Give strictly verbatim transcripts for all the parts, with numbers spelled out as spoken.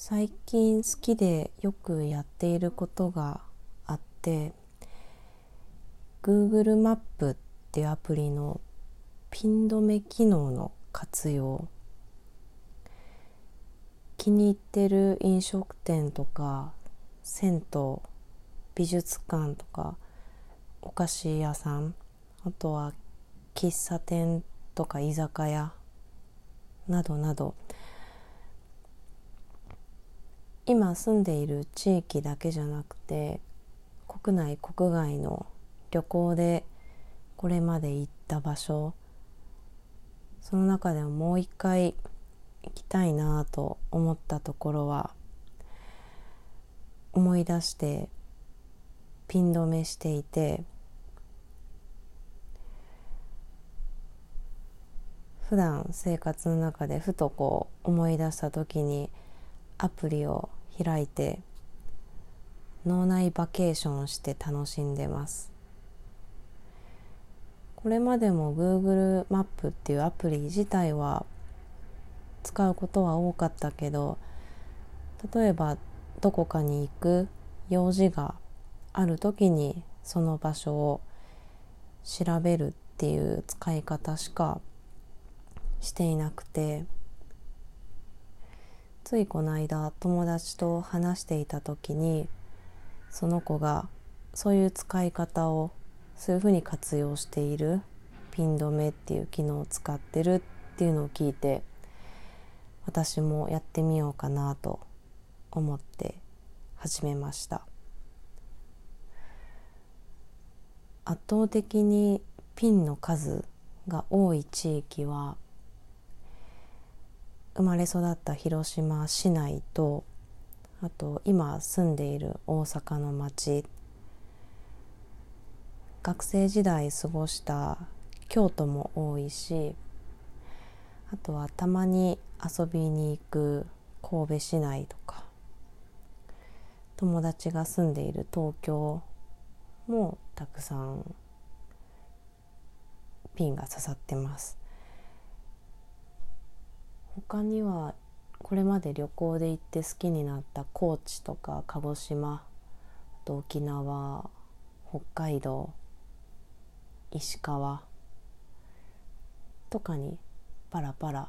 最近好きでよくやっていることがあって、 Google マップっていうアプリのピン止め機能の活用、気に入ってる飲食店とか銭湯、美術館とかお菓子屋さん、あとは喫茶店とか居酒屋などなど、今住んでいる地域だけじゃなくて国内国外の旅行でこれまで行った場所、その中でももう一回行きたいなと思ったところは思い出してピン止めしていて、普段生活の中でふとこう思い出した時にアプリを開いて脳内バケーションして楽しんでます。これまでも Google マップっていうアプリ自体は使うことは多かったけど、例えばどこかに行く用事がある時にその場所を調べるっていう使い方しかしていなくて、ついこの間友達と話していた時にその子がそういう使い方をそういうふうに活用している、ピン止めっていう機能を使ってるっていうのを聞いて、私もやってみようかなと思って始めました。圧倒的にピンの数が多い地域は生まれ育った広島市内と、あと今住んでいる大阪の町、学生時代過ごした京都も多いし、あとはたまに遊びに行く神戸市内とか、友達が住んでいる東京もたくさんピンが刺さってます。他にはこれまで旅行で行って好きになった高知とか鹿児島、あと沖縄、北海道、石川とかにパラパラ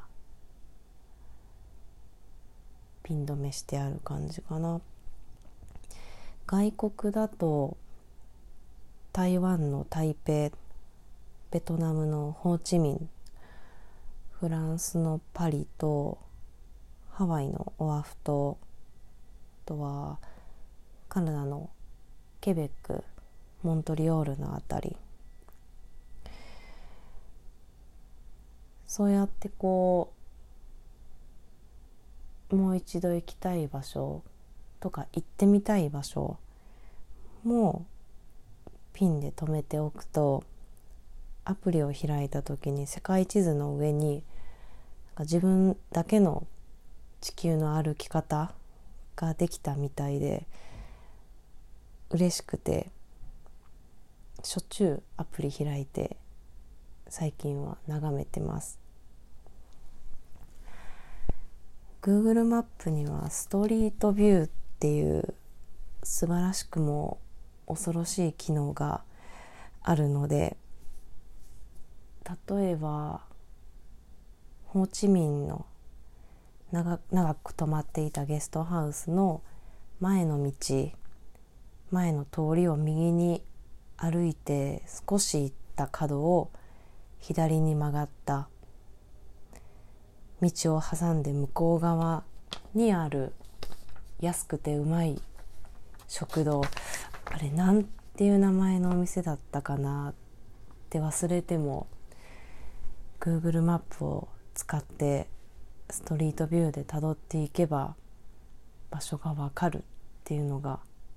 ピン止めしてある感じかな。外国だと台湾の台北、ベトナムのホーチミン、フランスのパリとハワイのオアフ島、あとはカナダのケベック、モントリオールのあたり、そうやってこうもう一度行きたい場所とか行ってみたい場所もピンで止めておくと、アプリを開いた時に世界地図の上に自分だけの地球の歩き方ができたみたいで嬉しくて、しょっちゅうアプリ開いて最近は眺めてます。 Google マップにはストリートビューっていう素晴らしくも恐ろしい機能があるので、例えばホーチミンの 長, 長く泊まっていたゲストハウスの前の道、前の通りを右に歩いて少し行った角を左に曲がった道を挟んで向こう側にある安くてうまい食堂、あれなんていう名前のお店だったかなって忘れても Google マップを使ってストリートビューで辿っていけば場所がわかるっていうのが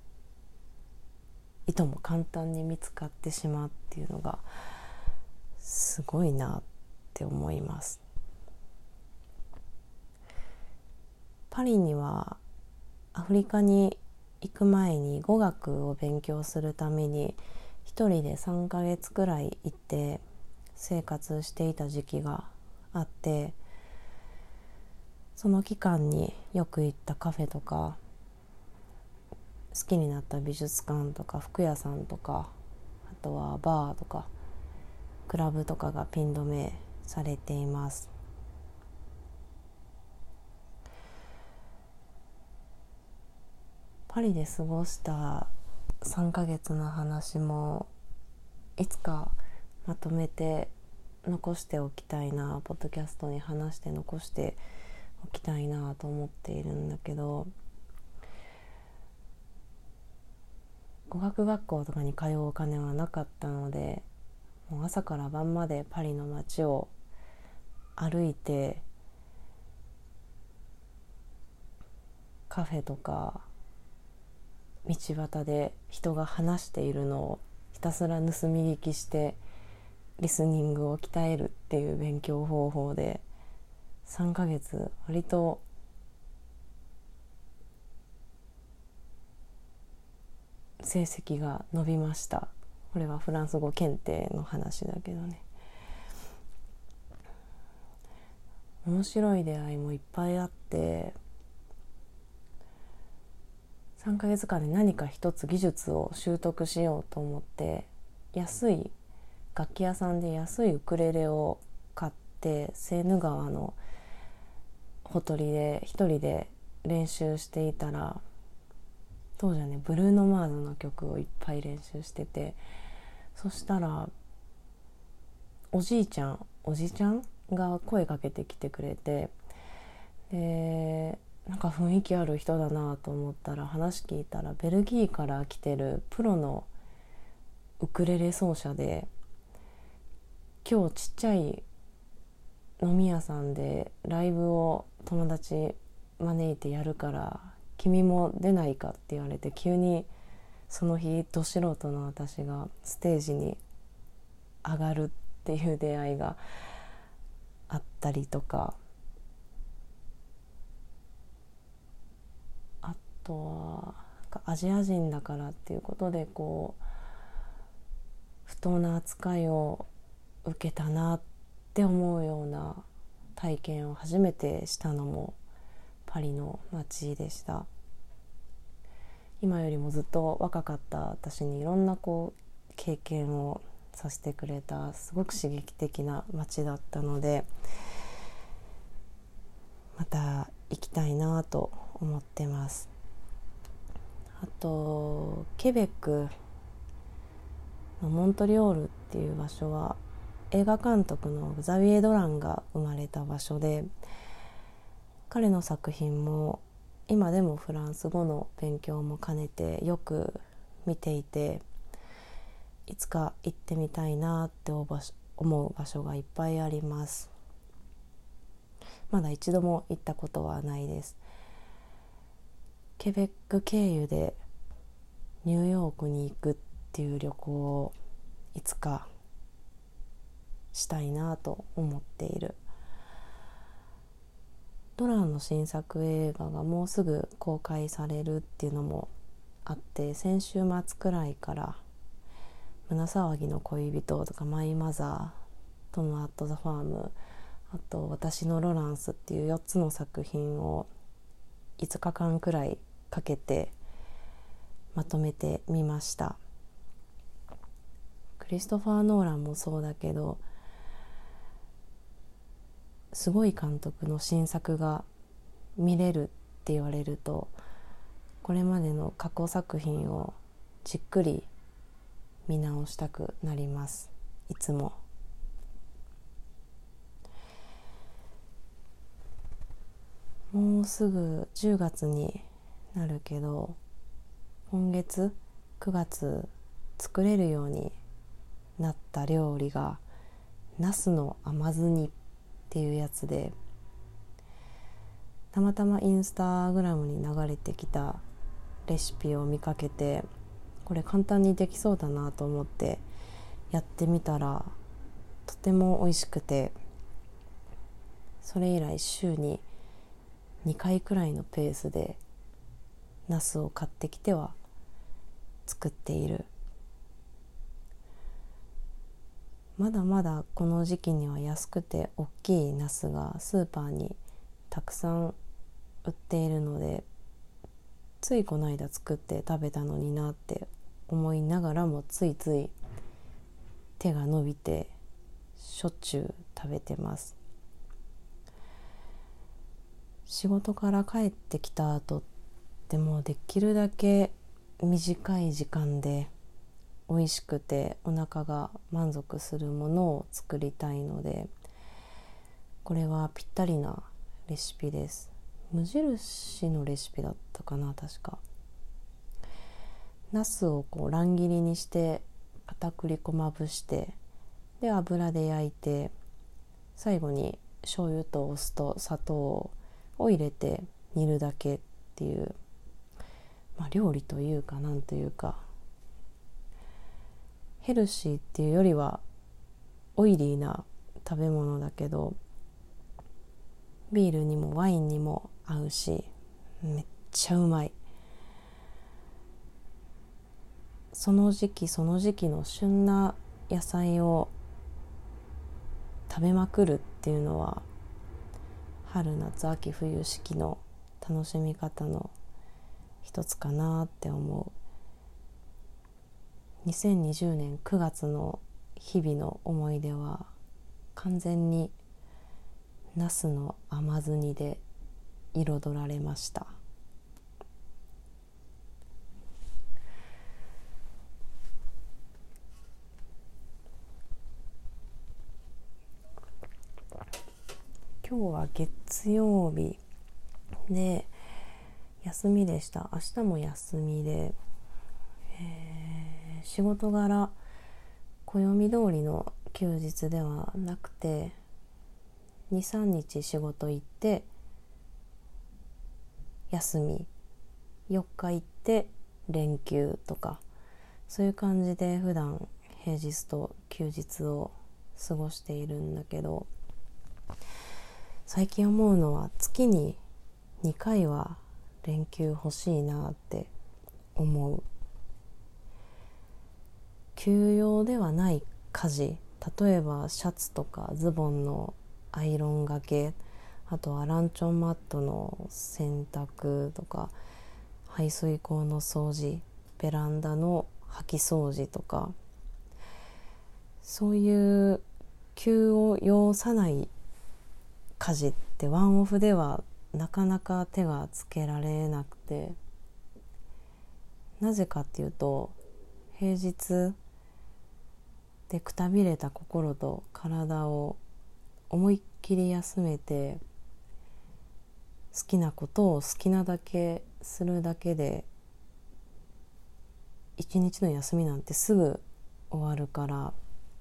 いとも簡単に見つかってしまうっていうのがすごいなって思います。パリにはアフリカに行く前に語学を勉強するために一人でさんかげつくらい行って生活していた時期があって、 その期間によく行ったカフェとか好きになった美術館とか服屋さんとか、あとはバーとかクラブとかがピン止めされています。パリで過ごしたさんかげつの話もいつかまとめて残しておきたいな、ポッドキャストに話して残しておきたいなと思っているんだけど、語学学校とかに通うお金はなかったので、もう朝から晩までパリの街を歩いてカフェとか道端で人が話しているのをひたすら盗み聞きしてリスニングを鍛えるっていう勉強方法でさんかげつ割と成績が伸びました。これはフランス語検定の話だけどね。面白い出会いもいっぱいあって、さんかげつかんで何か一つ技術を習得しようと思って安い楽器屋さんで安いウクレレを買ってセーヌ川のほとりで一人で練習していたら、当時はねブルーノ・マーズの曲をいっぱい練習してて、そしたらおじいちゃんおじちゃんが声かけてきてくれて、でなんか雰囲気ある人だなと思ったら、話聞いたらベルギーから来てるプロのウクレレ奏者で、今日ちっちゃい飲み屋さんでライブを友達招いてやるから君も出ないかって言われて、急にその日ど素人の私がステージに上がるっていう出会いがあったりとか、あとはアジア人だからっていうことでこう不当な扱いを受けたなって思うような体験を初めてしたのもパリの街でした。今よりもずっと若かった私にいろんなこう経験をさせてくれたすごく刺激的な街だったので、また行きたいなと思ってます。あとケベックのモントリオールっていう場所は映画監督のザビエ・ドランが生まれた場所で、彼の作品も今でもフランス語の勉強も兼ねてよく見ていて、いつか行ってみたいなって思う場所がいっぱいあります。まだ一度も行ったことはないです。ケベック経由でニューヨークに行くっていう旅行をいつかしたいなと思っている。ドランの新作映画がもうすぐ公開されるっていうのもあって、先週末くらいから胸騒ぎの恋人とかマイマザー、トム・アット・ザ・ファーム、あと私のロランスっていうよっつの作品をいつかかんくらいかけてまとめてみました。クリストファー・ノーランもそうだけど、すごい監督の新作が見れるって言われると、これまでの過去作品をじっくり見直したくなります。いつももうすぐじゅうがつになるけど、今月くがつ作れるようになった料理がナスの甘酢煮っていうやつで、たまたまインスタグラムに流れてきたレシピを見かけて、これ簡単にできそうだなと思ってやってみたらとても美味しくて、それ以来週ににかいくらいのペースでナスを買ってきては作っている。まだまだこの時期には安くて大きいナスがスーパーにたくさん売っているので、ついこの間作って食べたのになって思いながらも、ついつい手が伸びてしょっちゅう食べてます。仕事から帰ってきた後ってもうできるだけ短い時間で美味しくてお腹が満足するものを作りたいので、これはぴったりなレシピです。無印のレシピだったかな、確か。ナスをこう乱切りにして片栗粉まぶして、で油で焼いて、最後に醤油とお酢と砂糖を入れて煮るだけっていう、まあ、料理というかなんというか、ヘルシーっていうよりはオイリーな食べ物だけど、ビールにもワインにも合うし、めっちゃうまい。その時期その時期の旬な野菜を食べまくるっていうのは、春夏秋冬四季の楽しみ方の一つかなって思う。にせんにじゅうねんくがつの日々の思い出は完全にナスの甘酢煮で彩られました。今日は月曜日で休みでした。明日も休みで、えー、仕事柄暦通りの休日ではなくて、にさんにち仕事行って休み、よっか行って連休とか、そういう感じで普段平日と休日を過ごしているんだけど、最近思うのは月ににかいは連休欲しいなって思う。休養ではない家事、例えばシャツとかズボンのアイロンがけ、あとはランチョンマットの洗濯とか、排水口の掃除、ベランダの掃き掃除とか、そういう休を要さない家事ってワンオフではなかなか手がつけられなくて、なぜかっていうと、平日でくたびれた心と体を思いっきり休めて、好きなことを好きなだけするだけで一日の休みなんてすぐ終わるから、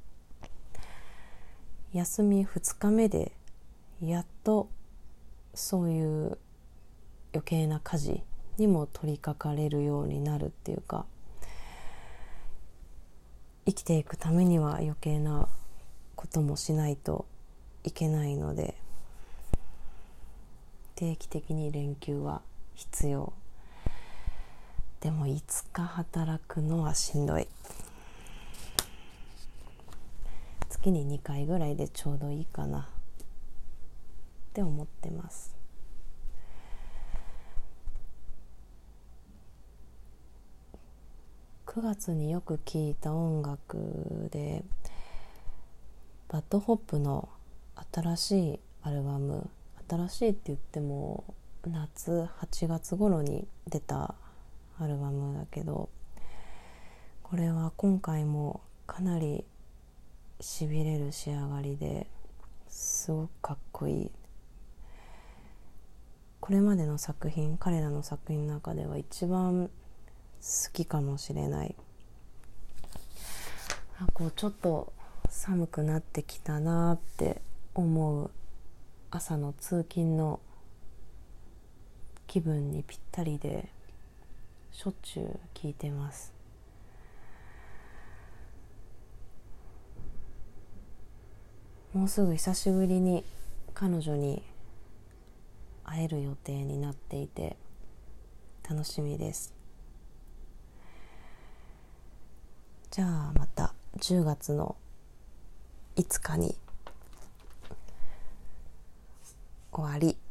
休みふつかめでやっとそういう余計な家事にも取り掛かれるようになるっていうか、生きていくためには余計なこともしないといけないので、定期的に連休は必要。でもいつか働くのはしんどい。月ににかいぐらいでちょうどいいかなって思ってます。くがつによく聴いた音楽で、バッドホップの新しいアルバム、新しいって言っても夏はちがつ頃に出たアルバムだけど、これは今回もかなりしびれる仕上がりですごくかっこいい。これまでの作品、彼らの作品の中では一番好きかもしれない。あ、こうちょっと寒くなってきたなって思う朝の通勤の気分にぴったりで、しょっちゅう聞いてます。もうすぐ久しぶりに彼女に会える予定になっていて楽しみです。じゃあまたじゅうがつのいつかに終わり。